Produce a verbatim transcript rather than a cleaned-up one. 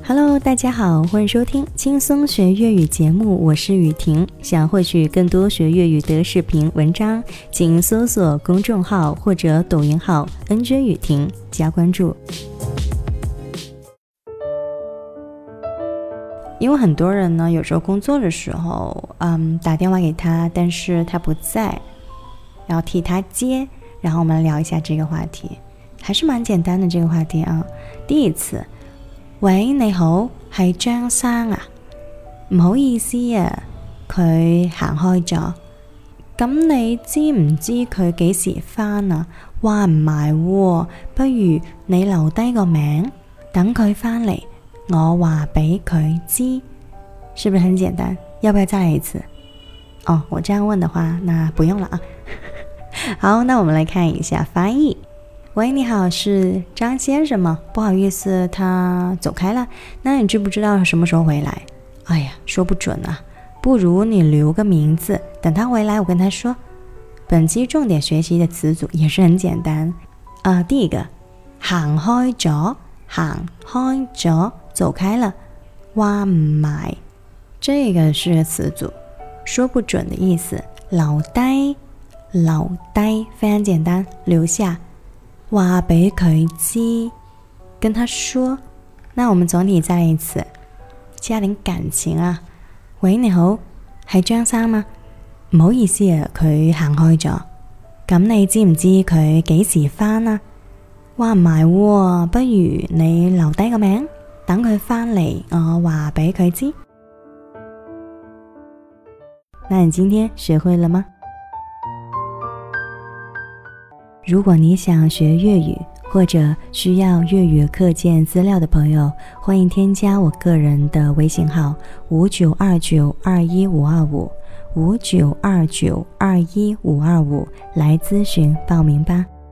Hello， 大家好，欢迎收听轻松学粤语节目，我是雨婷。想获取更多学粤语的视频文章，请搜索公众号或者抖音号 N J 雨婷加关注。因为很多人呢，有时候工作的时候，嗯，打电话给他，但是他不在，然后替他接，然后我们来聊一下这个话题，还是蛮简單的這個話題啊。第一次，喂，你好，係張生啊，唔好意思啊，佢行開咗。咁你知唔知佢幾時返啊？話唔埋喎，不如你留低個名，等佢返嚟，我話俾佢知。是不是很簡單？要不要再來一次？哦，我這樣問的話，那不用了啊。好，那我們來看一下翻譯。喂，你好，是張先生嗎？不好意思，他走開了。那你知不知道什麼時候回來？哎呀，說不準啊，不如你留個名字，等他回來我跟他說。本期重點學習的詞組也是很簡單啊、呃。第一個，行開咗，行開咗，走開了，話唔埋，這個是個詞組，說不準的意思。留低，留低，非常簡單，留下。話俾佢知，跟他說。那我們總體再來一次，加點感情啊。喂，你好，係張生嗎？唔好意思啊，佢行開咗。咁你知唔知佢幾時返啊？話唔埋喎，不如你留低個名，等佢返嚟，我話俾佢知。那你今天學會了嗎？如果你想學粵語或者需要粵語課件資料的朋友，歡迎添加我個人的微信號五九二九二一五二五五九二九二一五二五來諮詢報名吧。